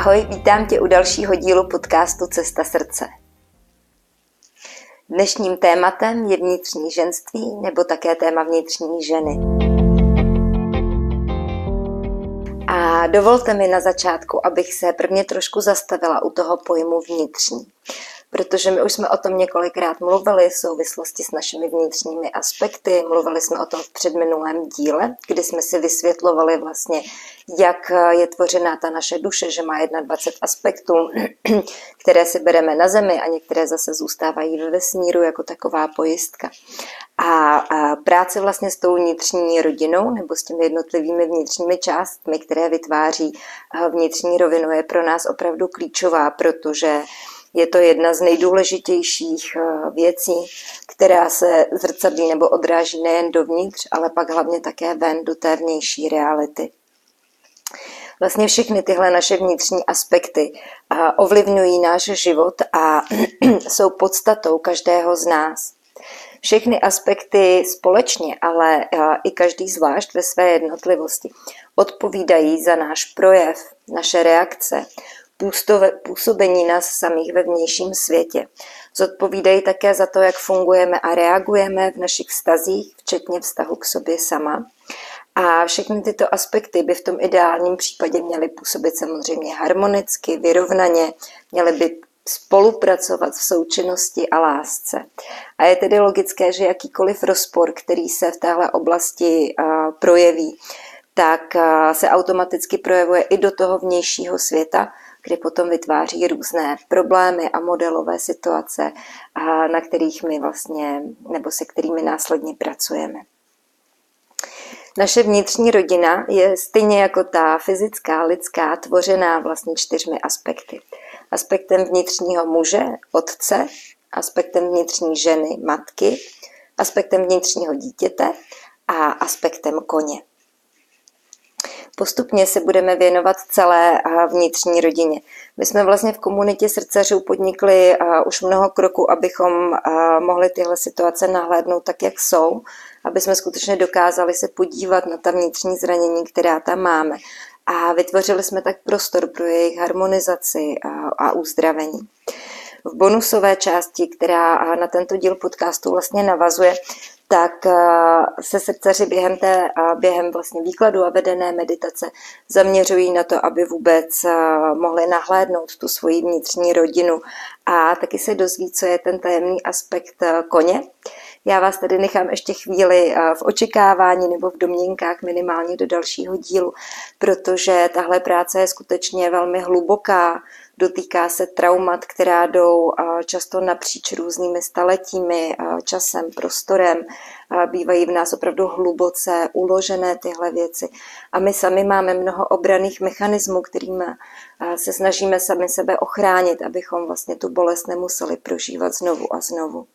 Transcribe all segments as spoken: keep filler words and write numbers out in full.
Ahoj, vítám tě u dalšího dílu podcastu Cesta srdce. Dnešním tématem je vnitřní ženství nebo také téma vnitřní ženy. A dovolte mi na začátku, abych se prvně trošku zastavila u toho pojmu vnitřní. Protože my už jsme o tom několikrát mluvili v souvislosti s našimi vnitřními aspekty. Mluvili jsme o tom v předminulém díle, kdy jsme si vysvětlovali vlastně, jak je tvořená ta naše duše, že má dvacet jedna aspektů, které si bereme na zemi a některé zase zůstávají ve vesmíru jako taková pojistka. A práce vlastně s tou vnitřní rodinou nebo s těmi jednotlivými vnitřními částmi, které vytváří vnitřní rovinu, je pro nás opravdu klíčová, protože je to jedna z nejdůležitějších věcí, která se zrcadlí nebo odráží nejen dovnitř, ale pak hlavně také ven do té vnější reality. Vlastně všechny tyhle naše vnitřní aspekty ovlivňují náš život a jsou podstatou každého z nás. Všechny aspekty společně, ale i každý zvlášť ve své jednotlivosti odpovídají za náš projev, naše reakce, působení nás samých ve vnějším světě. Zodpovídají také za to, jak fungujeme a reagujeme v našich vztazích, včetně vztahu k sobě sama. A všechny tyto aspekty by v tom ideálním případě měly působit samozřejmě harmonicky, vyrovnaně, měly by spolupracovat v součinnosti a lásce. A je tedy logické, že jakýkoliv rozpor, který se v téhle oblasti uh, projeví, tak uh, se automaticky projevuje i do toho vnějšího světa, kdy potom vytváří různé problémy a modelové situace, na kterých my vlastně, nebo se kterými následně pracujeme. Naše vnitřní rodina je stejně jako ta fyzická, lidská, tvořená vlastně čtyřmi aspekty. Aspektem vnitřního muže, otce, aspektem vnitřní ženy, matky, aspektem vnitřního dítěte a aspektem koně. Postupně se budeme věnovat celé vnitřní rodině. My jsme vlastně v komunitě srdcařů podnikli už mnoho kroků, abychom mohli tyhle situace nahlédnout tak, jak jsou, aby jsme skutečně dokázali se podívat na ta vnitřní zranění, která tam máme. A vytvořili jsme tak prostor pro jejich harmonizaci a uzdravení. V bonusové části, která na tento díl podcastu vlastně navazuje, tak se srdcaři během, té, během vlastně výkladu a vedené meditace zaměřují na to, aby vůbec mohli nahlédnout tu svoji vnitřní rodinu a taky se dozví, co je ten tajemný aspekt koně. Já vás tedy nechám ještě chvíli v očekávání nebo v domněnkách minimálně do dalšího dílu, protože tahle práce je skutečně velmi hluboká, dotýká se traumat, která jdou často napříč různými staletími, časem, prostorem, bývají v nás opravdu hluboce uložené tyhle věci. A my sami máme mnoho obranných mechanismů, kterými se snažíme sami sebe ochránit, abychom vlastně tu bolest nemuseli prožívat znovu a znovu.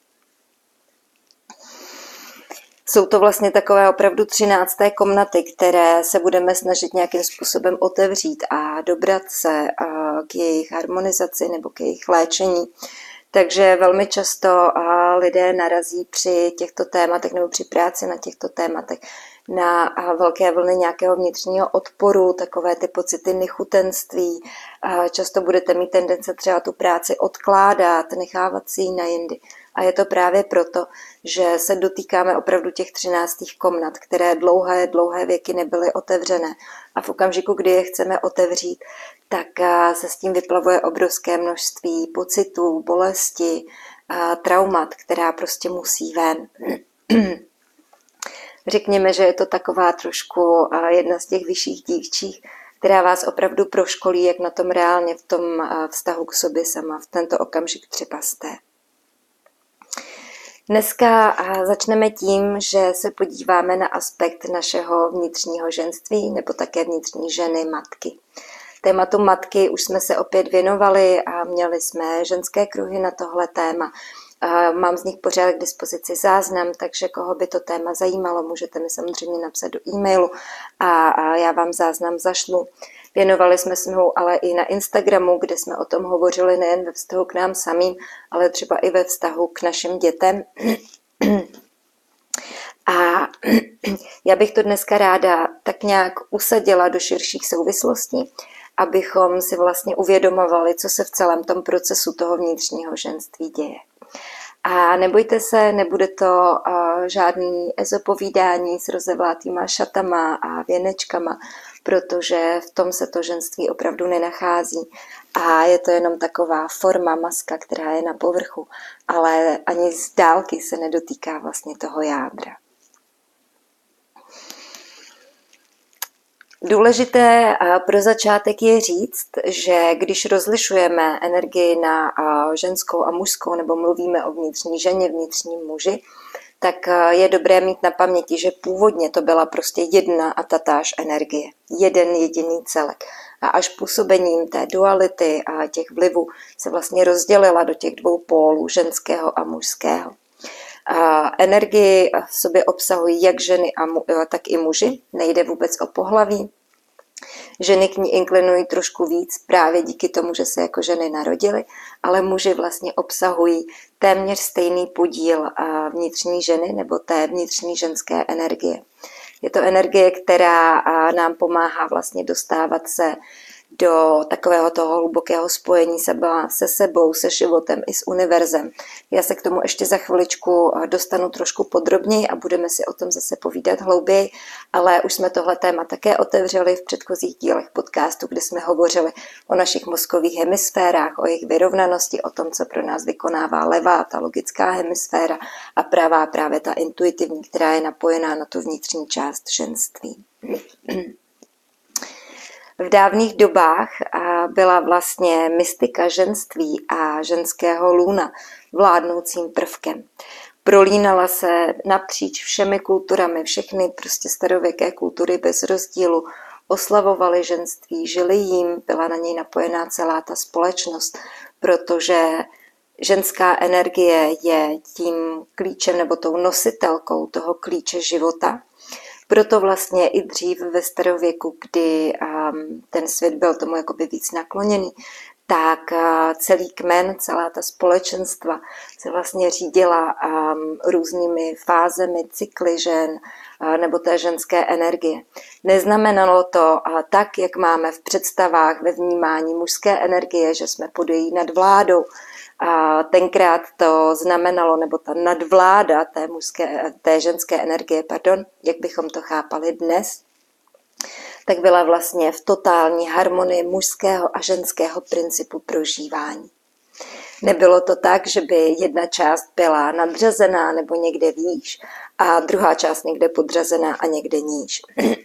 Jsou to vlastně takové opravdu třinácté komnaty, které se budeme snažit nějakým způsobem otevřít a dobrat se k jejich harmonizaci nebo k jejich léčení. Takže velmi často lidé narazí při těchto tématech nebo při práci na těchto tématech na velké vlny nějakého vnitřního odporu, takové ty pocity nechutenství. Často budete mít tendence třeba tu práci odkládat, nechávat si ji na jindy. A je to právě proto, že se dotýkáme opravdu těch třinácti komnat, které dlouhé, dlouhé věky nebyly otevřené. A v okamžiku, kdy je chceme otevřít, tak se s tím vyplavuje obrovské množství pocitů, bolesti, traumat, která prostě musí ven. Řekněme, že je to taková trošku jedna z těch vyšších dívčích, která vás opravdu proškolí, jak na tom reálně v tom vztahu k sobě sama, v tento okamžik třeba jste. Dneska začneme tím, že se podíváme na aspekt našeho vnitřního ženství nebo také vnitřní ženy, matky. Tématu matky už jsme se opět věnovali a měli jsme ženské kruhy na tohle téma. Mám z nich pořád k dispozici záznam, takže koho by to téma zajímalo, můžete mi samozřejmě napsat do e-mailu a já vám záznam zašlu. Věnovali jsme se mu ale i na Instagramu, kde jsme o tom hovořili nejen ve vztahu k nám samým, ale třeba i ve vztahu k našim dětem. A já bych to dneska ráda tak nějak usadila do širších souvislostí abychom si vlastně uvědomovali, co se v celém tom procesu toho vnitřního ženství děje. A nebojte se, nebude to uh, žádný ezopovídání s rozevlátýma šatama a věnečkama, protože v tom se to ženství opravdu nenachází. A je to jenom taková forma, maska, která je na povrchu, ale ani z dálky se nedotýká vlastně toho jádra. Důležité pro začátek je říct, že když rozlišujeme energii na ženskou a mužskou, nebo mluvíme o vnitřní ženě, vnitřním muži, tak je dobré mít na paměti, že původně to byla prostě jedna a tatáž energie, jeden jediný celek. A až působením té duality a těch vlivů se vlastně rozdělila do těch dvou pólů, ženského a mužského. A energii v sobě obsahují jak ženy, a mu, tak i muži, nejde vůbec o pohlaví. Ženy k ní inklinují trošku víc právě díky tomu, že se jako ženy narodily, ale muži vlastně obsahují téměř stejný podíl vnitřní ženy nebo té vnitřní ženské energie. Je to energie, která nám pomáhá vlastně dostávat se do takového toho hlubokého spojení seba se sebou, se životem i s univerzem. Já se k tomu ještě za chviličku dostanu trošku podrobněji a budeme si o tom zase povídat hlouběji, ale už jsme tohle téma také otevřeli v předchozích dílech podcastu, kde jsme hovořili o našich mozkových hemisférách, o jejich vyrovnanosti, o tom, co pro nás vykonává levá, ta logická hemisféra a pravá právě ta intuitivní, která je napojená na tu vnitřní část ženství. V dávných dobách byla vlastně mystika ženství a ženského lůna vládnoucím prvkem. Prolínala se napříč všemi kulturami, všechny prostě starověké kultury bez rozdílu oslavovaly ženství, žili jim, byla na něj napojená celá ta společnost, protože ženská energie je tím klíčem nebo tou nositelkou toho klíče života. Proto vlastně i dřív ve starověku, kdy um, ten svět byl tomu jakoby víc nakloněný, tak uh, celý kmen, celá ta společenstva se vlastně řídila um, různými fázemi, cykly žen uh, nebo té ženské energie. Neznamenalo to uh, tak, jak máme v představách ve vnímání mužské energie, že jsme pod její nadvládou. A tenkrát to znamenalo, nebo ta nadvláda té, mužské, té ženské energie, pardon, jak bychom to chápali dnes, tak byla vlastně v totální harmonii mužského a ženského principu prožívání. Nebylo to tak, že by jedna část byla nadřazená nebo někde výš a druhá část někde podřazená a někde níž.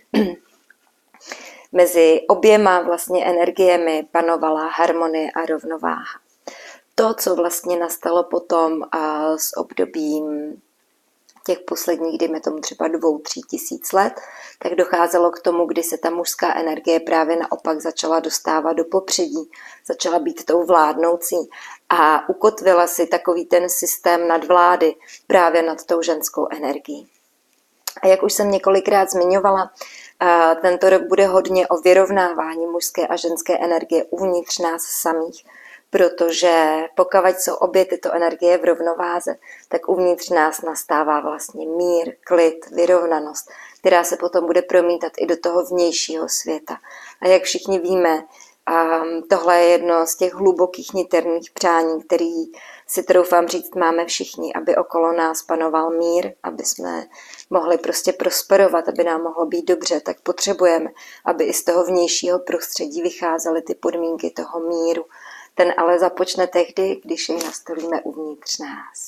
Mezi oběma vlastně energiemi panovala harmonie a rovnováha. To, co vlastně nastalo potom s obdobím těch posledních, dejme tomu třeba dvou, tří tisíc let, tak docházelo k tomu, kdy se ta mužská energie právě naopak začala dostávat do popředí, začala být tou vládnoucí a ukotvila si takový ten systém nadvlády právě nad tou ženskou energií. A jak už jsem několikrát zmiňovala, tento rok bude hodně o vyrovnávání mužské a ženské energie uvnitř nás samých, protože pokud jsou obě tyto energie v rovnováze, tak uvnitř nás nastává vlastně mír, klid, vyrovnanost, která se potom bude promítat i do toho vnějšího světa. A jak všichni víme, tohle je jedno z těch hlubokých niterných přání, který si troufám říct máme všichni, aby okolo nás panoval mír, aby jsme mohli prostě prosperovat, aby nám mohlo být dobře, tak potřebujeme, aby i z toho vnějšího prostředí vycházely ty podmínky toho míru. Ten ale započne tehdy, když jej nastolíme uvnitř nás.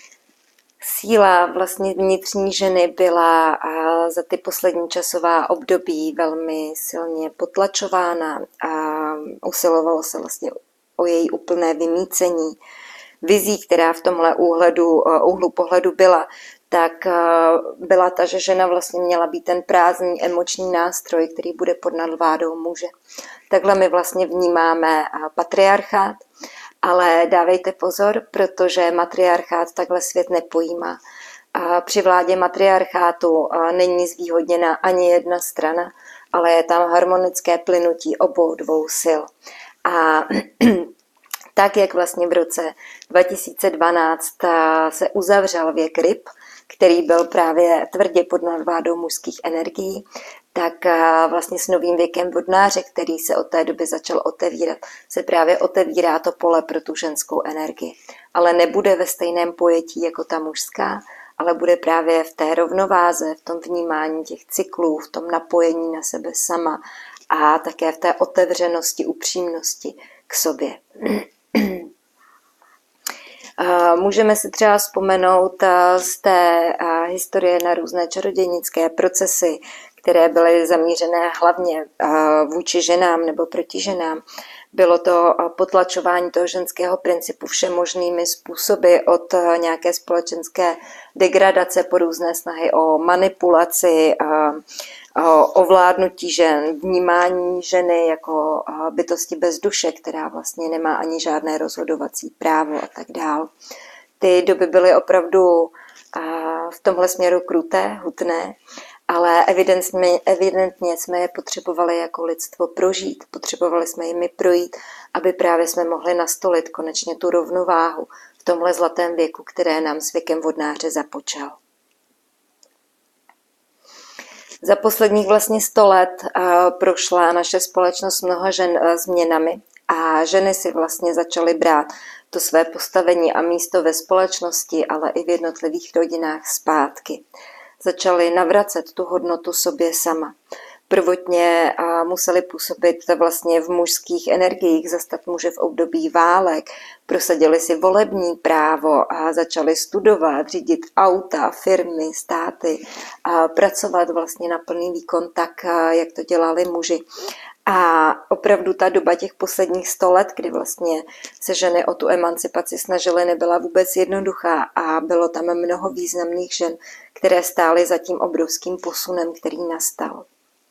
Síla vlastně vnitřní ženy byla za ty poslední časová období velmi silně potlačována a usilovalo se vlastně o její úplné vymýcení. Vizí, která v tomhle úhledu, úhlu pohledu byla, tak byla ta, že žena vlastně měla být ten prázdný emoční nástroj, který bude pod nadvládou muže. Takhle my vlastně vnímáme patriarchát, ale dávejte pozor, protože matriarchát takhle svět nepojímá. A při vládě matriarchátu není zvýhodněna ani jedna strana, ale je tam harmonické plynutí obou dvou sil. A tak, jak vlastně v roce dva tisíce dvanáct se uzavřel věk ryb, který byl právě tvrdě pod nadvládou mužských energií, tak vlastně s novým věkem vodnáře, který se od té doby začal otevírat, se právě otevírá to pole pro tu ženskou energii. Ale nebude ve stejném pojetí jako ta mužská, ale bude právě v té rovnováze, v tom vnímání těch cyklů, v tom napojení na sebe sama a také v té otevřenosti, upřímnosti k sobě. Můžeme si třeba vzpomenout z té historie na různé čarodějnické procesy, které byly zamířené hlavně vůči ženám nebo proti ženám. Bylo to potlačování toho ženského principu všemožnými způsoby, od nějaké společenské degradace po různé snahy o manipulaci, o ovládnutí žen, vnímání ženy jako bytosti bez duše, která vlastně nemá ani žádné rozhodovací právo a tak dál. Ty doby byly opravdu v tomhle směru kruté, hutné, ale evidentně, evidentně jsme je potřebovali jako lidstvo prožít, potřebovali jsme jimi projít, aby právě jsme mohli nastolit konečně tu rovnováhu v tomhle zlatém věku, které nám s věkem vodnáře započal. Za posledních vlastně sto let prošla naše společnost mnoha žen změnami a ženy si vlastně začaly brát to své postavení a místo ve společnosti, ale i v jednotlivých rodinách zpátky. Začaly navracet tu hodnotu sobě sama. Prvotně museli působit vlastně v mužských energiích, zastat muže v období válek, prosadili si volební právo a začali studovat, řídit auta, firmy, státy, a pracovat vlastně na plný výkon tak, jak to dělali muži. A opravdu ta doba těch posledních sto let, kdy vlastně se ženy o tu emancipaci snažily, nebyla vůbec jednoduchá a bylo tam mnoho významných žen, které stály za tím obrovským posunem, který nastal.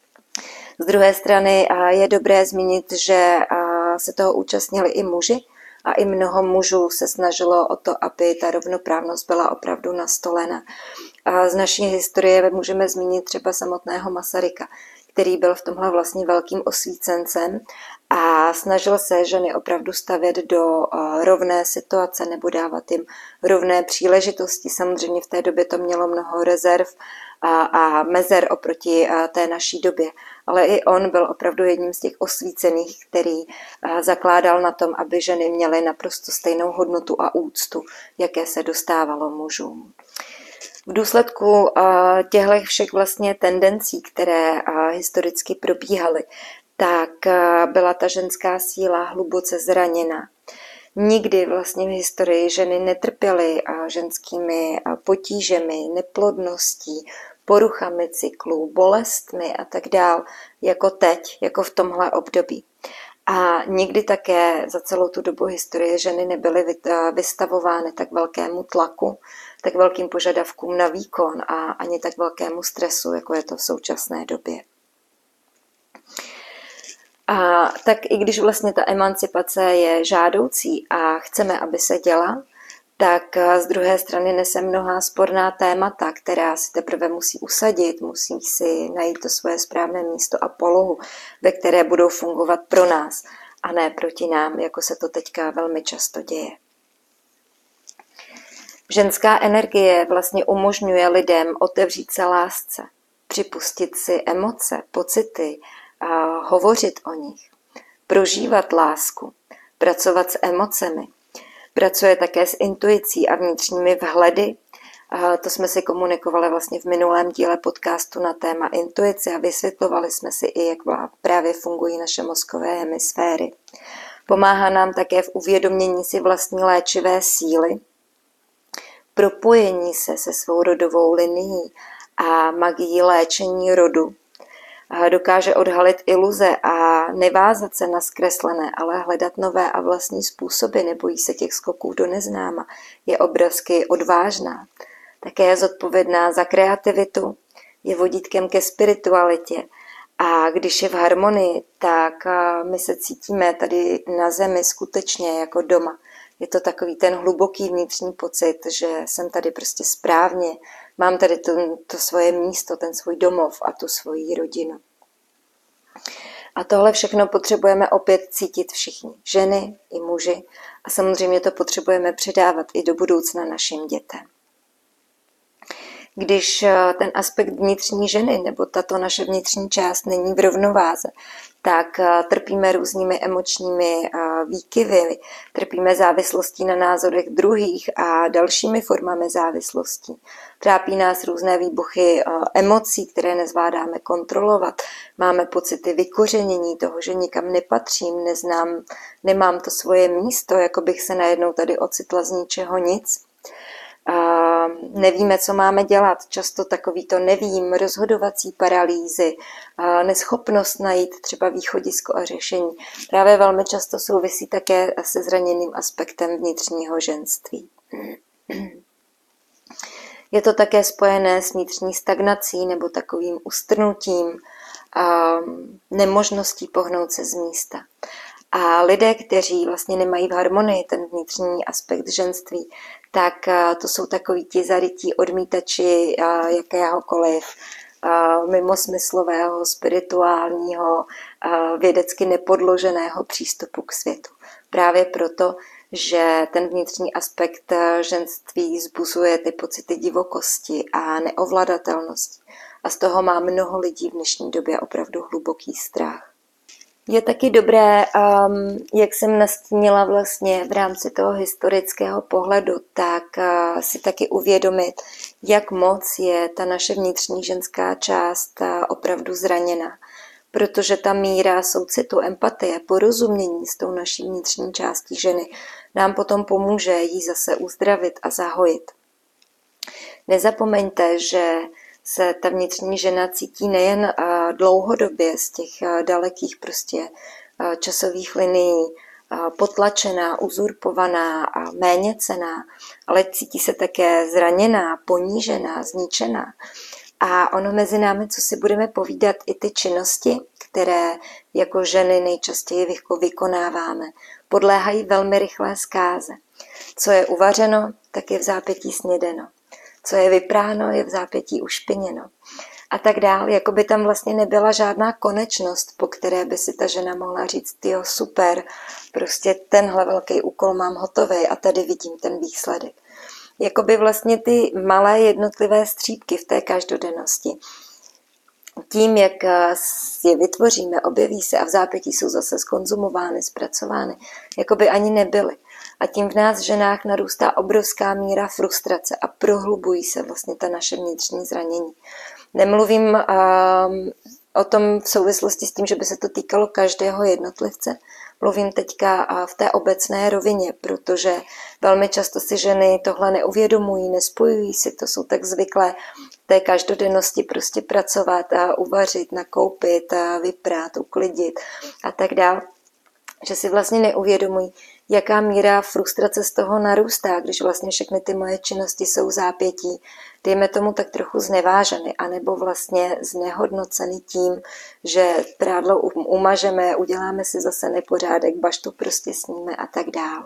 Z druhé strany je dobré zmínit, že se toho účastnili i muži a i mnoho mužů se snažilo o to, aby ta rovnoprávnost byla opravdu nastolena. Z naší historie můžeme zmínit třeba samotného Masaryka, který byl v tomhle vlastně velkým osvícencem a snažil se ženy opravdu stavět do rovné situace nebo dávat jim rovné příležitosti. Samozřejmě v té době to mělo mnoho rezerv a, a mezer oproti té naší době, ale i on byl opravdu jedním z těch osvícených, který zakládal na tom, aby ženy měly naprosto stejnou hodnotu a úctu, jaké se dostávalo mužům. V důsledku těchto všech vlastně tendencí, které historicky probíhaly, tak byla ta ženská síla hluboce zraněna. Nikdy vlastně v historii ženy netrpěly ženskými potížemi, neplodností, poruchami cyklů, bolestmi a tak dál, jako teď, jako v tomhle období. A nikdy také za celou tu dobu historie ženy nebyly vystavovány tak velkému tlaku, tak velkým požadavkům na výkon a ani tak velkému stresu, jako je to v současné době. A tak i když vlastně ta emancipace je žádoucí a chceme, aby se děla, tak z druhé strany nese mnohá sporná témata, která si teprve musí usadit, musí si najít to svoje správné místo a polohu, ve které budou fungovat pro nás a ne proti nám, jako se to teďka velmi často děje. Ženská energie vlastně umožňuje lidem otevřít se lásce, připustit si emoce, pocity, a hovořit o nich, prožívat lásku, pracovat s emocemi. Pracuje také s intuicí a vnitřními vhledy. A to jsme si komunikovali vlastně v minulém díle podcastu na téma intuice a vysvětlovali jsme si i, jak právě fungují naše mozkové hemisféry. Pomáhá nám také v uvědomění si vlastní léčivé síly, propojení se se svou rodovou linií a magií léčení rodu. Dokáže odhalit iluze a nevázat se na zkreslené, ale hledat nové a vlastní způsoby, nebojí se těch skoků do neznáma, je obrovsky odvážná. Také je zodpovědná za kreativitu, je vodítkem ke spiritualitě a když je v harmonii, tak my se cítíme tady na zemi skutečně jako doma. Je to takový ten hluboký vnitřní pocit, že jsem tady prostě správně, mám tady to, to svoje místo, ten svůj domov a tu svoji rodinu. A tohle všechno potřebujeme opět cítit všichni, ženy i muži, a samozřejmě to potřebujeme předávat i do budoucna našim dětem. Když ten aspekt vnitřní ženy nebo tato naše vnitřní část není v rovnováze, tak trpíme různými emočními výkyvy, trpíme závislostí na názorech druhých a dalšími formami závislostí. Trápí nás různé výbuchy emocí, které nezvládáme kontrolovat. Máme pocity vykořenění toho, že nikam nepatřím, neznám, nemám to svoje místo, jako bych se najednou tady ocitla z ničeho nic. A nevíme, co máme dělat, často takový to nevím, rozhodovací paralýzy, a neschopnost najít třeba východisko a řešení. Právě velmi často souvisí také se zraněným aspektem vnitřního ženství. Je to také spojené s vnitřní stagnací nebo takovým ustrnutím, a nemožností pohnout se z místa. A lidé, kteří vlastně nemají v harmonii ten vnitřní aspekt ženství, tak to jsou takoví ti zarytí odmítači jakéhokoliv mimosmyslového, spirituálního, vědecky nepodloženého přístupu k světu. Právě proto, že ten vnitřní aspekt ženství vzbuzuje ty pocity divokosti a neovladatelnosti. A z toho má mnoho lidí v dnešní době opravdu hluboký strach. Je taky dobré, um, jak jsem nastínila vlastně v rámci toho historického pohledu, tak uh, si taky uvědomit, jak moc je ta naše vnitřní ženská část uh, opravdu zraněná. Protože ta míra soucitu, empatie, porozumění s tou naší vnitřní částí ženy nám potom pomůže ji zase uzdravit a zahojit. Nezapomeňte, že se ta vnitřní žena cítí nejen dlouhodobě z těch dalekých prostě časových linií potlačená, uzurpovaná a méněcenná, ale cítí se také zraněná, ponížená, zničená. A ono mezi námi, co si budeme povídat, i ty činnosti, které jako ženy nejčastěji vykonáváme, podléhají velmi rychlé zkáze. Co je uvařeno, tak je v zápětí snědeno. Co je vypráno, je v zápětí ušpiněno. A tak dál, jako by tam vlastně nebyla žádná konečnost, po které by si ta žena mohla říct, jo, super, prostě tenhle velký úkol mám hotový a tady vidím ten výsledek. Jakoby vlastně ty malé jednotlivé střípky v té každodennosti, tím, jak je vytvoříme, objeví se a v zápětí jsou zase zkonzumovány, zpracovány, jako by ani nebyly. A tím v nás ženách narůstá obrovská míra frustrace a prohlubují se vlastně ta naše vnitřní zranění. Nemluvím um, o tom v souvislosti s tím, že by se to týkalo každého jednotlivce. Mluvím teďka v té obecné rovině, protože velmi často si ženy tohle neuvědomují, nespojují si to, jsou tak zvyklé v té každodennosti prostě pracovat a uvařit, nakoupit, a vyprát, uklidit a tak dále, že si vlastně neuvědomují, jaká míra frustrace z toho narůstá, když vlastně všechny ty moje činnosti jsou v zápětí, dejme tomu tak trochu zneváženy, anebo vlastně znehodnoceny tím, že prádlo umažeme, uděláme si zase nepořádek, baštu prostě sníme a tak dál.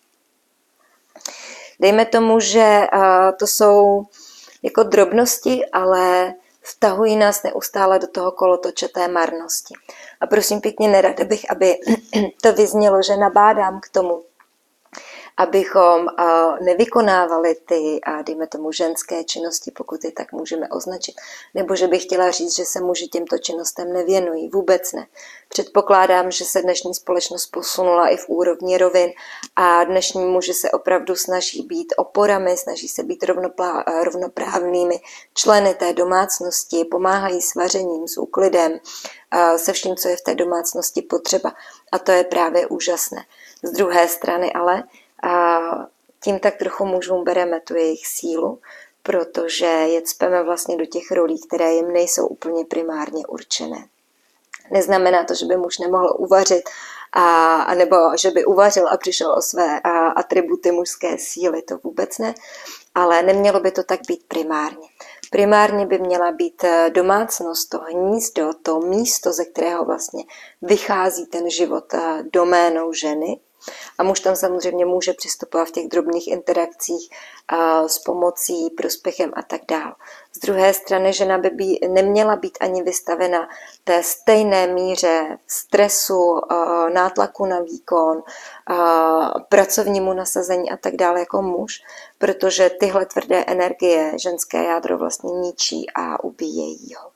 Dejme tomu, že to jsou jako drobnosti, ale vtahují nás neustále do toho kolotoče té marnosti. A prosím pěkně, nerada bych, aby to vyznělo, že nabádám k tomu, abychom nevykonávali ty, dejme tomu, ženské činnosti, pokud je tak můžeme označit. Nebo že bych chtěla říct, že se muži těmto činnostem nevěnují. Vůbec ne. Předpokládám, že se dnešní společnost posunula i v úrovni rovin a dnešní muži se opravdu snaží být oporami, snaží se být rovnoprávnými členy té domácnosti, pomáhají s vařením, s úklidem, se vším, co je v té domácnosti potřeba. A to je právě úžasné. Z druhé strany ale a tím tak trochu mužům bereme tu jejich sílu, protože je cpeme vlastně do těch rolí, které jim nejsou úplně primárně určené. Neznamená to, že by muž nemohl uvařit, a, a nebo že by uvařil a přišel o své a, atributy mužské síly, to vůbec ne, ale nemělo by to tak být primárně. Primárně by měla být domácnost, to hnízdo, to místo, ze kterého vlastně vychází ten život doménou ženy, A muž tam samozřejmě může přistupovat v těch drobných interakcích a s pomocí, prospěchem a tak dále. Z druhé strany žena by být, neměla být ani vystavena té stejné míře stresu, nátlaku na výkon, pracovnímu nasazení a tak dále jako muž, protože tyhle tvrdé energie ženské jádro vlastně ničí a ubíjejí ho.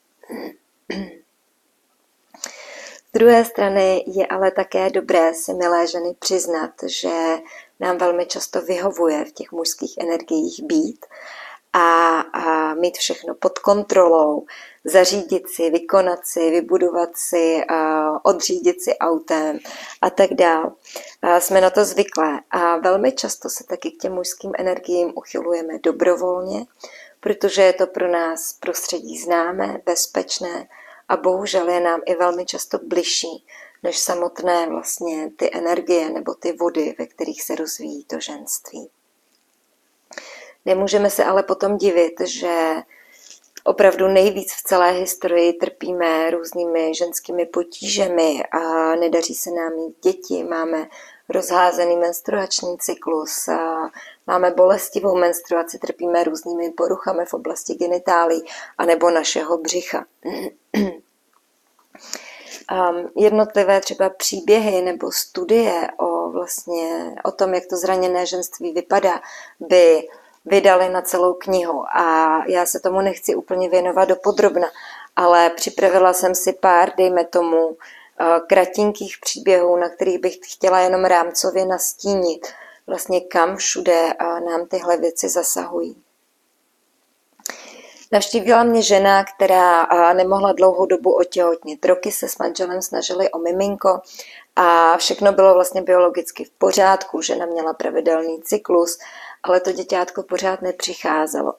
Z druhé strany je ale také dobré si, milé ženy, přiznat, že nám velmi často vyhovuje v těch mužských energiích být a, a mít všechno pod kontrolou, zařídit si, vykonat si, vybudovat si, odřídit si autem a tak dále. Jsme na to zvyklé a velmi často se taky k těm mužským energiím uchylujeme dobrovolně, protože je to pro nás prostředí známé, bezpečné a bohužel je nám i velmi často bližší než samotné vlastně ty energie nebo ty vody, ve kterých se rozvíjí to ženství. Nemůžeme se ale potom divit, že opravdu nejvíc v celé historii trpíme různými ženskými potížemi a nedaří se nám mít děti, máme rozházený menstruační cyklus, a máme bolestivou menstruaci, trpíme různými poruchami v oblasti genitálí anebo našeho břicha. Um, jednotlivé třeba příběhy nebo studie o, vlastně, o tom, jak to zraněné ženství vypadá, by vydali na celou knihu a já se tomu nechci úplně věnovat dopodrobna, ale připravila jsem si pár, dejme tomu, kratinkých příběhů, na kterých bych chtěla jenom rámcově nastínit, vlastně kam všude nám tyhle věci zasahují. Navštívila mě žena, která nemohla dlouhou dobu otěhotnit. Roky se s manželem snažili o miminko a všechno bylo vlastně biologicky v pořádku. Žena měla pravidelný cyklus, ale to děťátko pořád nepřicházelo.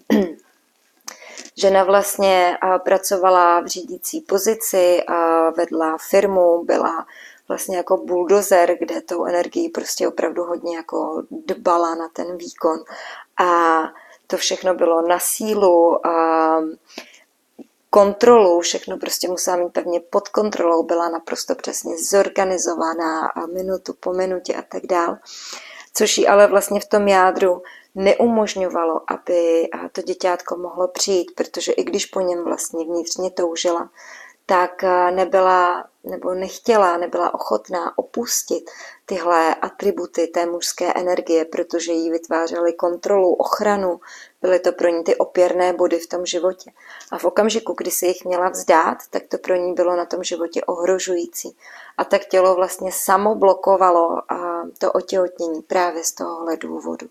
Žena vlastně pracovala v řídící pozici, vedla firmu, byla vlastně jako buldozer, kde tou energií prostě opravdu hodně jako dbala na ten výkon. A to všechno bylo na sílu, a kontrolu, všechno prostě musela mít pevně pod kontrolou, byla naprosto přesně zorganizovaná a minutu po minutě a tak dál. Což jí ale vlastně v tom jádru neumožňovalo, aby to děťátko mohlo přijít, protože i když po něm vlastně vnitřně toužila, tak nebyla nebo nechtěla, nebyla ochotná opustit tyhle atributy té mužské energie, protože jí vytvářely kontrolu, ochranu, byly to pro ní ty opěrné body v tom životě. A v okamžiku, kdy se jich měla vzdát, tak to pro ní bylo na tom životě ohrožující. A tak tělo vlastně samo blokovalo to otěhotnění právě z tohohle důvodu.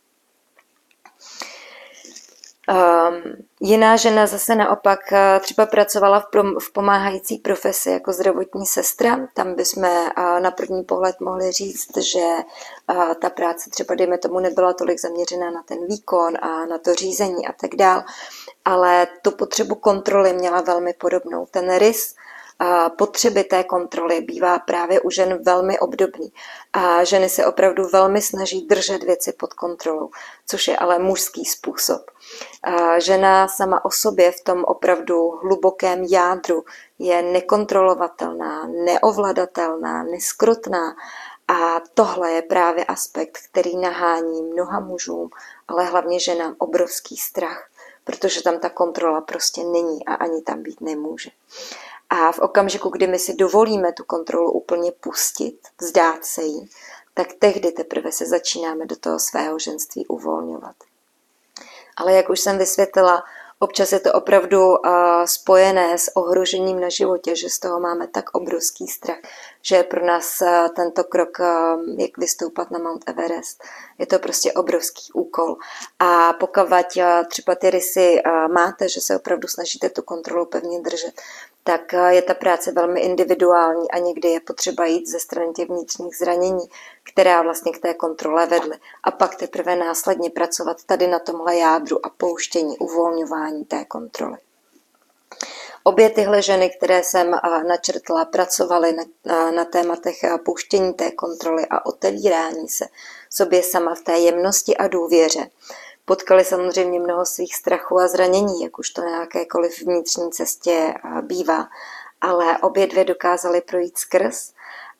Um, jiná žena zase naopak třeba pracovala v, prom- v pomáhající profesi jako zdravotní sestra. Tam bychom uh, na první pohled mohli říct, že uh, ta práce třeba, dejme tomu, nebyla tolik zaměřená na ten výkon a na to řízení a tak dál, ale tu potřebu kontroly měla velmi podobnou. Ten rys potřeby té kontroly bývá právě u žen velmi obdobný. A ženy se opravdu velmi snaží držet věci pod kontrolou, což je ale mužský způsob. A žena sama o sobě v tom opravdu hlubokém jádru je nekontrolovatelná, neovladatelná, neskrotná. A tohle je právě aspekt, který nahání mnoha mužům, ale hlavně ženám obrovský strach, protože tam ta kontrola prostě není a ani tam být nemůže. A v okamžiku, kdy my si dovolíme tu kontrolu úplně pustit, vzdát se jí, tak tehdy teprve se začínáme do toho svého ženství uvolňovat. Ale jak už jsem vysvětlila, občas je to opravdu uh, spojené s ohrožením na životě, že z toho máme tak obrovský strach, že je pro nás uh, tento krok, uh, jak vystoupat na Mount Everest, je to prostě obrovský úkol. A pokud uh, třeba ty rysy uh, máte, že se opravdu snažíte tu kontrolu pevně držet, tak je ta práce velmi individuální a někdy je potřeba jít ze strany těch vnitřních zranění, která vlastně k té kontrole vedly. A pak teprve následně pracovat tady na tomhle jádru a pouštění, uvolňování té kontroly. Obě tyhle ženy, které jsem načrtla, pracovaly na, na tématech pouštění té kontroly a otevírání se sobě sama v té jemnosti a důvěře. Potkali samozřejmě mnoho svých strachů a zranění, jak už to na jakékoliv vnitřní cestě bývá, ale obě dvě dokázaly projít skrz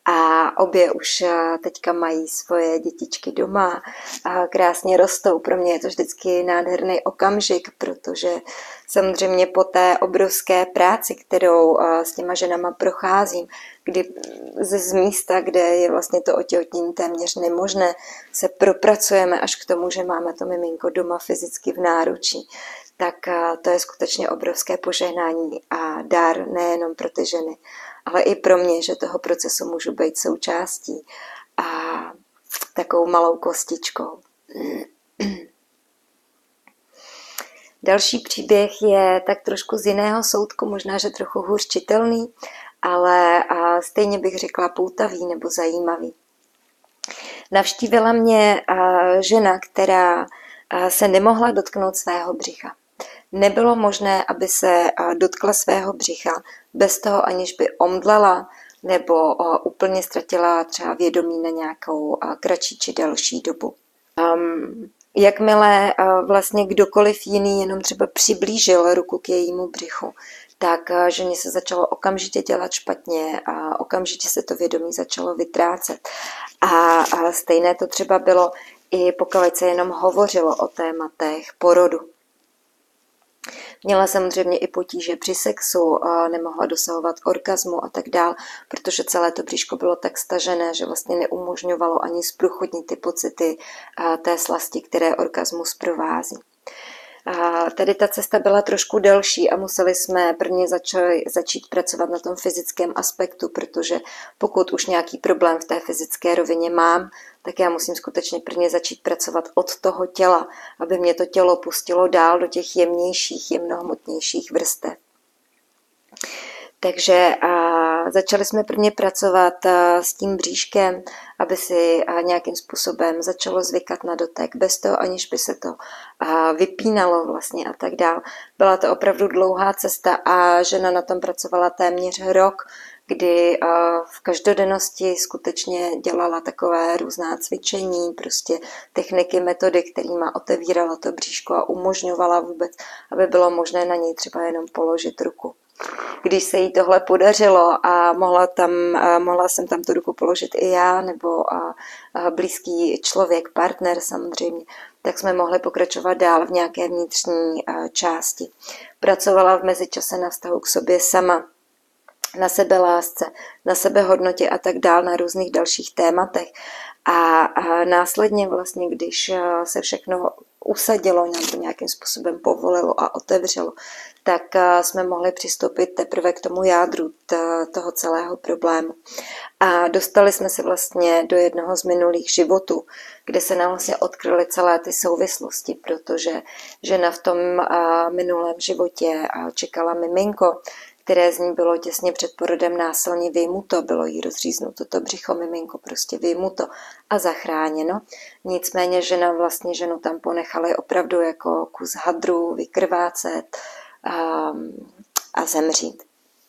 a obě už teďka mají svoje dětičky doma a krásně rostou. Pro mě je to vždycky nádherný okamžik, protože samozřejmě po té obrovské práci, kterou s těma ženama procházím, kdy z místa, kde je vlastně to otěhotnění téměř nemožné, se propracujeme až k tomu, že máme to miminko doma fyzicky v náručí, tak to je skutečně obrovské požehnání a dar nejenom pro ty ženy, ale i pro mě, že toho procesu můžu být součástí a takovou malou kostičkou. Další příběh je tak trošku z jiného soudku, možná, že trochu hůř čitelný, ale stejně bych řekla poutavý nebo zajímavý. Navštívila mě žena, která se nemohla dotknout svého břicha. Nebylo možné, aby se dotkla svého břicha bez toho, aniž by omdlela nebo úplně ztratila třeba vědomí na nějakou kratší či delší dobu. Um, jakmile vlastně kdokoliv jiný jenom třeba přiblížil ruku k jejímu břichu, tak ženě se začalo okamžitě dělat špatně a okamžitě se to vědomí začalo vytrácet. A, a stejné to třeba bylo i pokud se jenom hovořilo o tématech porodu. Měla samozřejmě i potíže při sexu, nemohla dosahovat orgazmu a tak dál, protože celé to bříško bylo tak stažené, že vlastně neumožňovalo ani zprůchodnit ty pocity té slasti, které orgasmus provází. Tady ta cesta byla trošku delší a museli jsme prvně začali, začít pracovat na tom fyzickém aspektu, protože pokud už nějaký problém v té fyzické rovině mám, tak já musím skutečně prvně začít pracovat od toho těla, aby mě to tělo pustilo dál do těch jemnějších, jemnohmotnějších vrstev. Takže a, začali jsme prvně pracovat a, s tím bříškem, aby si a, nějakým způsobem začalo zvykat na dotek, bez toho, aniž by se to a, vypínalo vlastně a tak dál. Byla to opravdu dlouhá cesta a žena na tom pracovala téměř rok, kdy a, v každodennosti skutečně dělala takové různá cvičení, prostě techniky, metody, kterýma otevírala to bříško a umožňovala vůbec, aby bylo možné na něj třeba jenom položit ruku. Když se jí tohle podařilo a mohla, tam, mohla jsem tam tu ruku položit i já, nebo a, a blízký člověk, partner samozřejmě, tak jsme mohli pokračovat dál v nějaké vnitřní a, části. Pracovala v mezičase na vztahu k sobě sama, na sebelásce, na sebehodnotě a tak dál, na různých dalších tématech. A, a následně vlastně, když se všechno usadilo, nebo nějakým způsobem povolilo a otevřelo, tak jsme mohli přistoupit teprve k tomu jádru toho celého problému. A dostali jsme se vlastně do jednoho z minulých životů, kde se nám vlastně odkryly celé ty souvislosti, protože žena v tom minulém životě čekala miminko, které z ní bylo těsně před porodem násilně vyjmuto, bylo jí rozříznuto to břicho, miminko prostě vyjmuto a zachráněno. Nicméně žena vlastně ženu tam ponechali opravdu jako kus hadru, vykrvácet a, a zemřít.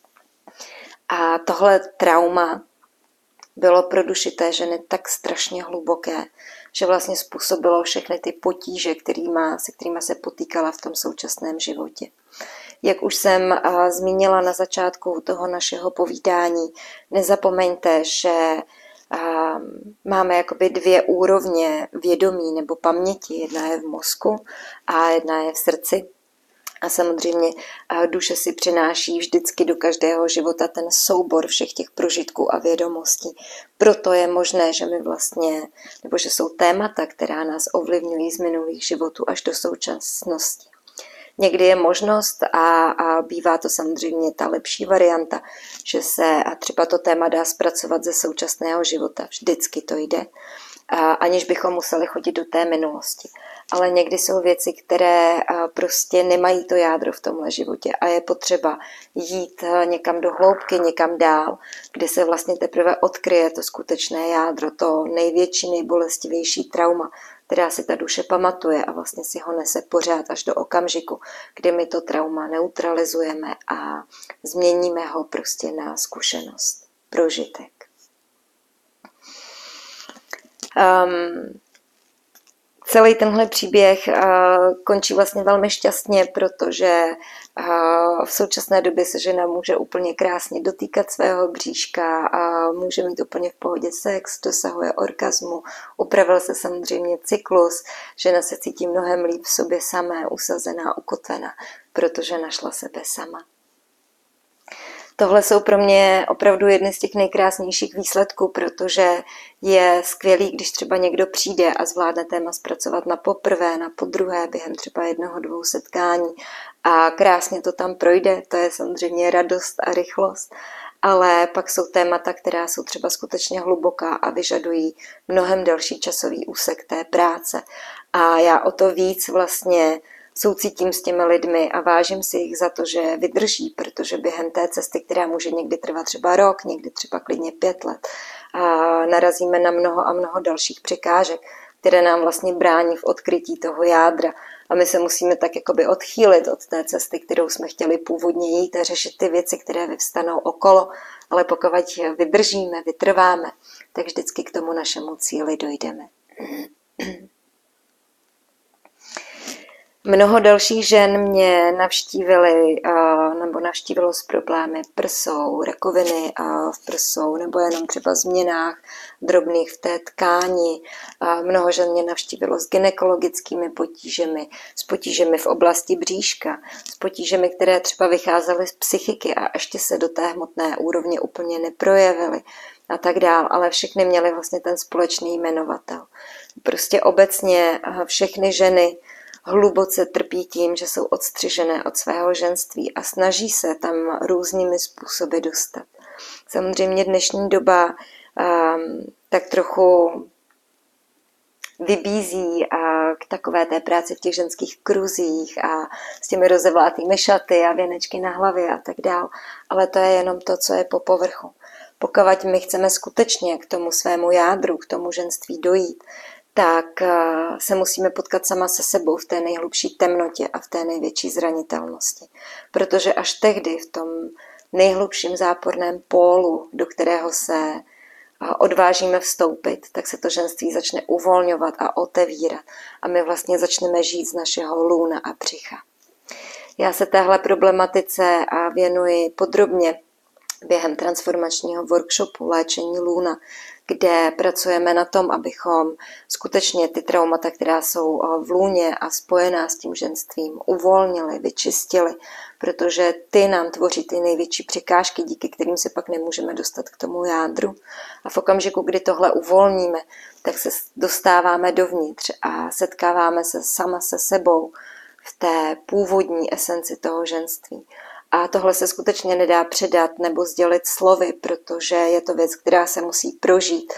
A tohle trauma bylo pro duši té ženy tak strašně hluboké, že vlastně způsobilo všechny ty potíže, kterýma, se kterými se potýkala v tom současném životě. Jak už jsem a, zmínila na začátku toho našeho povídání, nezapomeňte, že a, máme jakoby dvě úrovně vědomí nebo paměti. Jedna je v mozku a jedna je v srdci. A samozřejmě a, duše si přináší vždycky do každého života ten soubor všech těch prožitků a vědomostí. Proto je možné, že my vlastně, nebo že jsou témata, která nás ovlivňují z minulých životů až do současnosti. Někdy je možnost a, a bývá to samozřejmě ta lepší varianta, že se a třeba to téma dá zpracovat ze současného života. Vždycky to jde, a, aniž bychom museli chodit do té minulosti. Ale někdy jsou věci, které prostě nemají to jádro v tomhle životě a je potřeba jít někam do hloubky, někam dál, kde se vlastně teprve odkryje to skutečné jádro, to největší, nejbolestivější trauma, která si ta duše pamatuje a vlastně si ho nese pořád až do okamžiku, kdy my to trauma neutralizujeme a změníme ho prostě na zkušenost, prožitek. Um, Celý tenhle příběh končí vlastně velmi šťastně, protože v současné době se žena může úplně krásně dotýkat svého bříška a může mít úplně v pohodě sex, dosahuje orgazmu, upravil se samozřejmě cyklus, žena se cítí mnohem líp v sobě samé, usazená, ukotvená, protože našla sebe sama. Tohle jsou pro mě opravdu jedny z těch nejkrásnějších výsledků, protože je skvělý, když třeba někdo přijde a zvládne téma zpracovat na poprvé, na podruhé, během třeba jednoho, dvou setkání a krásně to tam projde, to je samozřejmě radost a rychlost, ale pak jsou témata, která jsou třeba skutečně hluboká a vyžadují mnohem delší časový úsek té práce. A já o to víc vlastně soucítím s těmi lidmi a vážím si jich za to, že vydrží, protože během té cesty, která může někdy trvat třeba rok, někdy třeba klidně pět let, a narazíme na mnoho a mnoho dalších překážek, které nám vlastně brání v odkrytí toho jádra. A my se musíme tak jakoby odchýlit od té cesty, kterou jsme chtěli původně jít a řešit ty věci, které vyvstanou okolo, ale pokud vydržíme, vytrváme, tak vždycky k tomu našemu cíli dojdeme. Mnoho dalších žen mě navštívili nebo navštívilo s problémy prsou, rakoviny v prsou nebo jenom třeba změnách drobných v té tkáni. Mnoho žen mě navštívilo s gynekologickými potížemi, s potížemi v oblasti bříška, s potížemi, které třeba vycházely z psychiky a ještě se do té hmotné úrovně úplně neprojevily a tak dál, ale všechny měly vlastně ten společný jmenovatel. Prostě obecně všechny ženy hluboce trpí tím, že jsou odstřižené od svého ženství a snaží se tam různými způsoby dostat. Samozřejmě dnešní doba um, tak trochu vybízí a k takové té práci v těch ženských kruzích a s těmi rozevlátými šaty a věnečky na hlavě a tak dál. Ale to je jenom to, co je po povrchu. Pokud my chceme skutečně k tomu svému jádru, k tomu ženství dojít, tak se musíme potkat sama se sebou v té nejhlubší temnotě a v té největší zranitelnosti. Protože až tehdy v tom nejhlubším záporném pólu, do kterého se odvážíme vstoupit, tak se to ženství začne uvolňovat a otevírat a my vlastně začneme žít z našeho lůna a břicha. Já se téhle problematice věnuji podrobně během transformačního workshopu Léčení lůna, kde pracujeme na tom, abychom skutečně ty traumata, která jsou v lůně a spojená s tím ženstvím, uvolnili, vyčistili, protože ty nám tvoří ty největší překážky, díky kterým se pak nemůžeme dostat k tomu jádru. A v okamžiku, kdy tohle uvolníme, tak se dostáváme dovnitř a setkáváme se sama se sebou v té původní esenci toho ženství. A tohle se skutečně nedá předat nebo sdělit slovy, protože je to věc, která se musí prožít.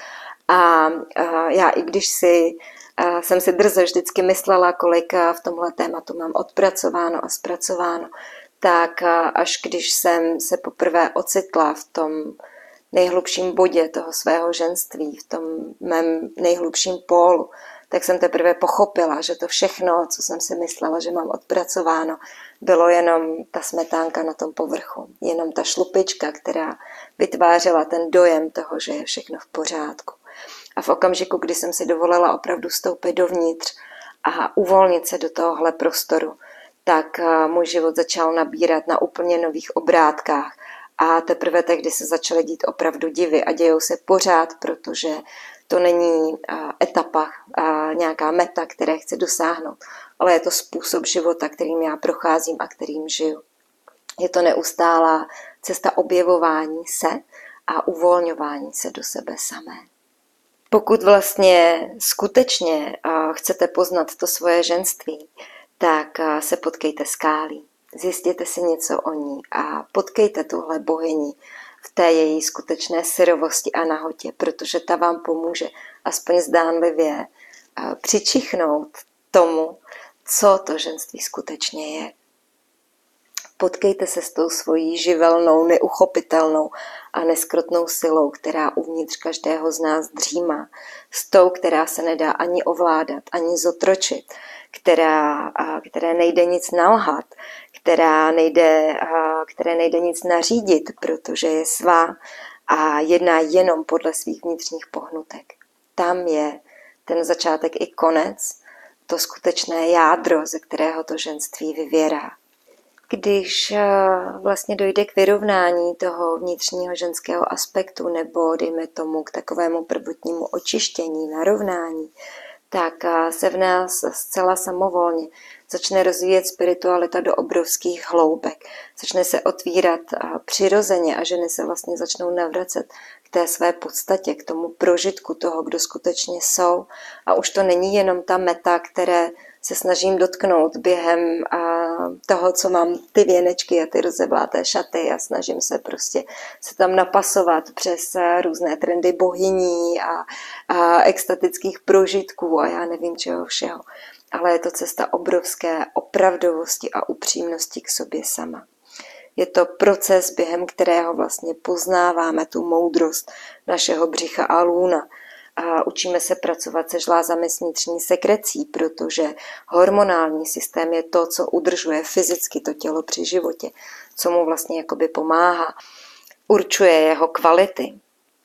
A já i když si, jsem si drze vždycky myslela, kolik v tomhle tématu mám odpracováno a zpracováno, tak až když jsem se poprvé ocitla v tom nejhlubším bodě toho svého ženství, v tom mém nejhlubším pólu, tak jsem teprve pochopila, že to všechno, co jsem si myslela, že mám odpracováno, bylo jenom ta smetánka na tom povrchu, jenom ta šlupička, která vytvářela ten dojem toho, že je všechno v pořádku. A v okamžiku, kdy jsem si dovolila opravdu vstoupit dovnitř a uvolnit se do tohohle prostoru, tak můj život začal nabírat na úplně nových obrátkách. A teprve tehdy se začaly dít opravdu divy a dějou se pořád, protože to není etapa, nějaká meta, které chci dosáhnout, ale je to způsob života, kterým já procházím a kterým žiju. Je to neustálá cesta objevování se a uvolňování se do sebe samé. Pokud vlastně skutečně chcete poznat to svoje ženství, tak se potkejte s Kálí. Zjistěte si něco o ní a potkejte tuhle bohyni v té její skutečné syrovosti a nahotě, protože ta vám pomůže aspoň zdánlivě přičichnout tomu, co to ženství skutečně je. Potkejte se s tou svojí živelnou, neuchopitelnou a neskrotnou silou, která uvnitř každého z nás dřímá, s tou, která se nedá ani ovládat, ani zotročit, která, které nejde nic nalhat, která nejde, které nejde nic nařídit, protože je svá a jedná jenom podle svých vnitřních pohnutek. Tam je ten začátek i konec to skutečné jádro, ze kterého to ženství vyvěrá. Když vlastně dojde k vyrovnání toho vnitřního ženského aspektu nebo dejme tomu k takovému prvotnímu očištění, narovnání, tak se v nás zcela samovolně začne rozvíjet spiritualita do obrovských hloubek. Začne se otvírat přirozeně a ženy se vlastně začnou navracet k té své podstatě, k tomu prožitku toho, kdo skutečně jsou. A už to není jenom ta meta, které se snažím dotknout během toho, co mám ty věnečky a ty rozevláté šaty a snažím se prostě se tam napasovat přes různé trendy bohyní a, a extatických prožitků a já nevím čeho všeho. Ale je to cesta obrovské opravdovosti a upřímnosti k sobě sama. Je to proces, během kterého vlastně poznáváme tu moudrost našeho břicha a lůna. A učíme se pracovat se žlázami s vnitřní sekrecí, protože hormonální systém je to, co udržuje fyzicky to tělo při životě, co mu vlastně jakoby pomáhá, určuje jeho kvality.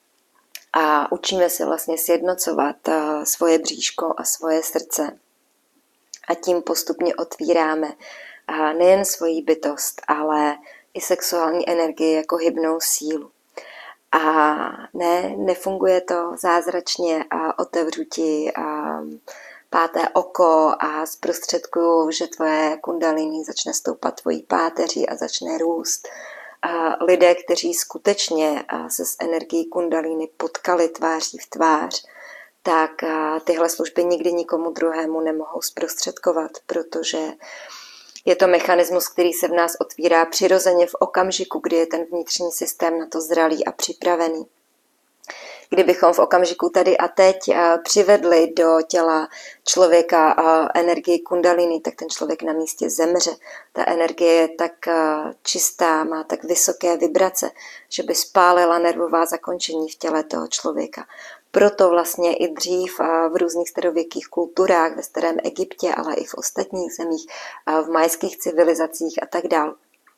A učíme se vlastně sjednocovat svoje bříško a svoje srdce. A tím postupně otvíráme nejen svoji bytost, ale i sexuální energii jako hybnou sílu. A ne, nefunguje to zázračně a otevřu ti a páté oko a zprostředkuju, že tvoje kundalini začne stoupat tvojí páteří a začne růst. A lidé, kteří skutečně se s energií kundalini potkali tváří v tvář, tak tyhle služby nikdy nikomu druhému nemohou zprostředkovat, protože je to mechanismus, který se v nás otvírá přirozeně v okamžiku, kdy je ten vnitřní systém na to zralý a připravený. Kdybychom v okamžiku tady a teď přivedli do těla člověka energii kundalini, tak ten člověk na místě zemře. Ta energie je tak čistá, má tak vysoké vibrace, že by spálila nervová zakončení v těle toho člověka. Proto vlastně i dřív v různých starověkých kulturách, ve starém Egyptě, ale i v ostatních zemích, v majských civilizacích a tak dále,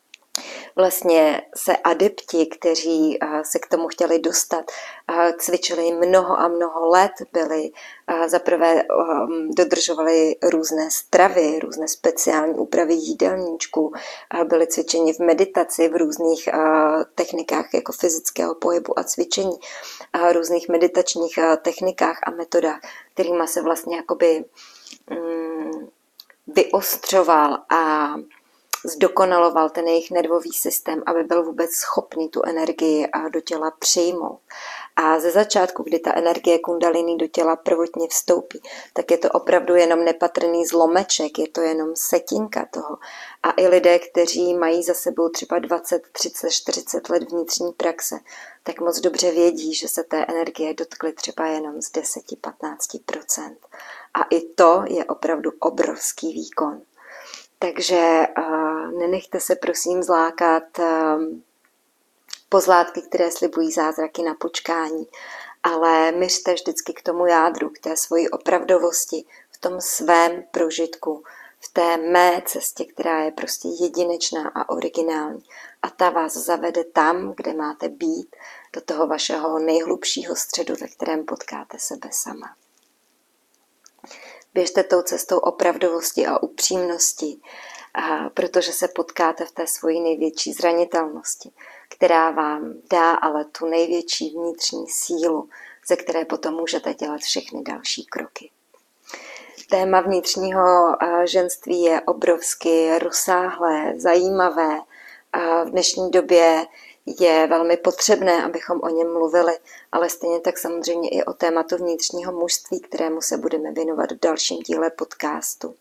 vlastně se adepti, kteří se k tomu chtěli dostat, cvičili mnoho a mnoho let, byli zaprvé dodržovali různé stravy, různé speciální úpravy jídelníčků, byli cvičeni v meditaci, v různých technikách jako fyzického pohybu a cvičení, různých meditačních technikách a metodách, kterými se vlastně jakoby vyostřoval a zdokonaloval ten jejich nervový systém, aby byl vůbec schopný tu energii do těla přijmout. A ze začátku, kdy ta energie kundalini do těla prvotně vstoupí, tak je to opravdu jenom nepatrný zlomeček, je to jenom setinka toho. A i lidé, kteří mají za sebou třeba dvacet, třicet, čtyřicet let vnitřní praxe, tak moc dobře vědí, že se té energie dotkly třeba jenom z deset až patnáct procent. A i to je opravdu obrovský výkon. Takže uh, nenechte se prosím zlákat uh, pozlátky, které slibují zázraky na počkání, ale myřte vždycky k tomu jádru, k té svoji opravdovosti, v tom svém prožitku, v té mé cestě, která je prostě jedinečná a originální. A ta vás zavede tam, kde máte být, do toho vašeho nejhlubšího středu, ve kterém potkáte sebe sama. Běžte tou cestou opravdovosti a upřímnosti, protože se potkáte v té svoji největší zranitelnosti, která vám dá ale tu největší vnitřní sílu, ze které potom můžete dělat všechny další kroky. Téma vnitřního ženství je obrovsky rozsáhlé, zajímavé. V dnešní době je velmi potřebné, abychom o něm mluvili, ale stejně tak samozřejmě i o tématu vnitřního mužství, kterému se budeme věnovat v dalším díle podcastu.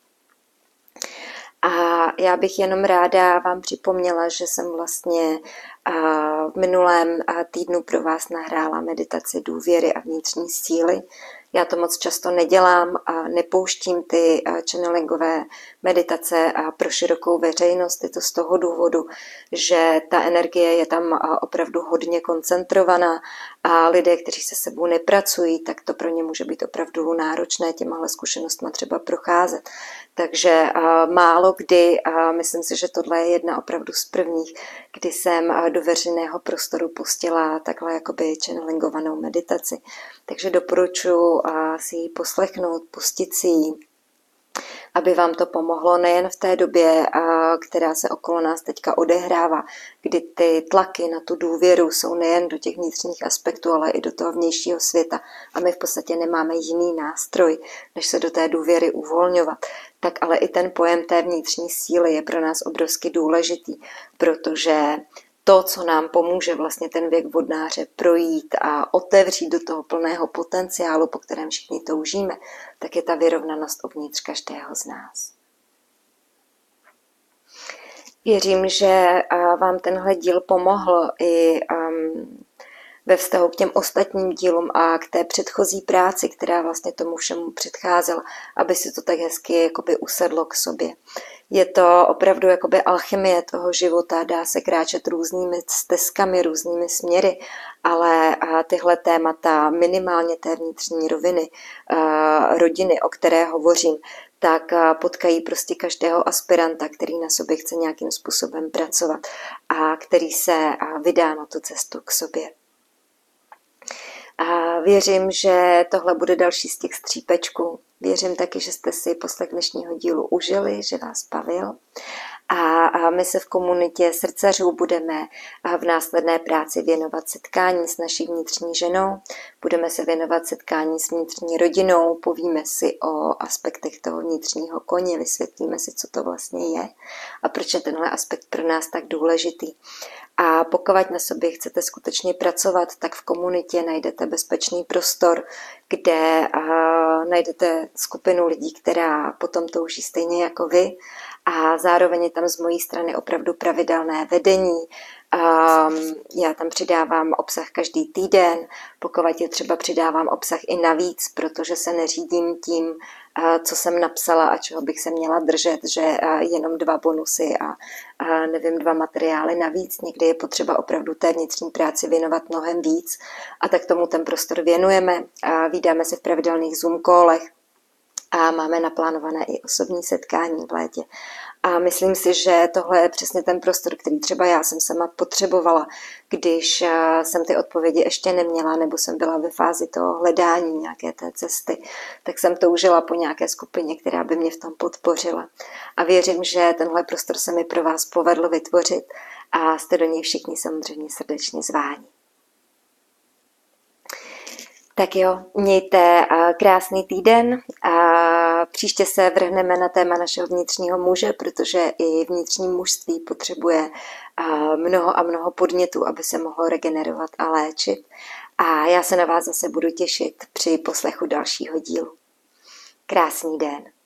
A já bych jenom ráda vám připomněla, že jsem vlastně v minulém týdnu pro vás nahrála meditaci důvěry a vnitřní síly. Já to moc často nedělám a nepouštím ty channelingové meditace pro širokou veřejnost. Je to z toho důvodu, že ta energie je tam opravdu hodně koncentrovaná a lidé, kteří se sebou nepracují, tak to pro ně může být opravdu náročné těmahle zkušenostma třeba procházet. Takže málo kdy, myslím si, že tohle je jedna opravdu z prvních, kdy jsem do veřejného prostoru pustila takhle jakoby channelingovanou meditaci. Takže doporučuji si ji poslechnout, pustit si ji. aby vám to pomohlo nejen v té době, která se okolo nás teďka odehrává, kdy ty tlaky na tu důvěru jsou nejen do těch vnitřních aspektů, ale i do toho vnějšího světa a my v podstatě nemáme jiný nástroj, než se do té důvěry uvolňovat, tak ale i ten pojem té vnitřní síly je pro nás obrovsky důležitý, protože to, co nám pomůže vlastně ten věk vodnáře projít a otevřít do toho plného potenciálu, po kterém všichni toužíme, tak je ta vyrovnanost uvnitř každého z nás. Věřím, že vám tenhle díl pomohl i ve vztahu k těm ostatním dílům a k té předchozí práci, která vlastně tomu všemu předcházela, aby si to tak hezky jakoby usedlo k sobě. Je to opravdu jakoby alchymie toho života, dá se kráčet různými stezkami, různými směry, ale tyhle témata, minimálně té vnitřní roviny, rodiny, o které hovořím, tak potkají prostě každého aspiranta, který na sobě chce nějakým způsobem pracovat a který se vydá na tu cestu k sobě. A věřím, že tohle bude další z těch střípečků. Věřím taky, že jste si poslech dnešního dílu užili, že vás bavil. A my se v komunitě srdcařů budeme v následné práci věnovat setkání s naší vnitřní ženou, budeme se věnovat setkání s vnitřní rodinou, povíme si o aspektech toho vnitřního koně, vysvětlíme si, co to vlastně je a proč je tenhle aspekt pro nás tak důležitý. A pokud na sobě chcete skutečně pracovat, tak v komunitě najdete bezpečný prostor, kde najdete skupinu lidí, která potom touží stejně jako vy a zároveň je tam z mojí strany opravdu pravidelné vedení. Já tam přidávám obsah každý týden, pokud je třeba přidávám obsah i navíc, protože se neřídím tím, co jsem napsala a čeho bych se měla držet, že jenom dva bonusy a nevím, dva materiály navíc. Někdy je potřeba opravdu té vnitřní práci věnovat mnohem víc a tak tomu ten prostor věnujeme. Vídáme se v pravidelných Zoom callech a máme naplánované i osobní setkání v létě. A myslím si, že tohle je přesně ten prostor, který třeba já jsem sama potřebovala, když jsem ty odpovědi ještě neměla, nebo jsem byla ve fázi toho hledání nějaké té cesty, tak jsem toužila po nějaké skupině, která by mě v tom podpořila. A věřím, že tenhle prostor se mi pro vás povedlo vytvořit a jste do něj všichni samozřejmě srdečně zváni. Tak jo, mějte krásný týden a příště se vrhneme na téma našeho vnitřního muže, protože i vnitřní mužství potřebuje mnoho a mnoho podnětů, aby se mohlo regenerovat a léčit. A já se na vás zase budu těšit při poslechu dalšího dílu. Krásný den.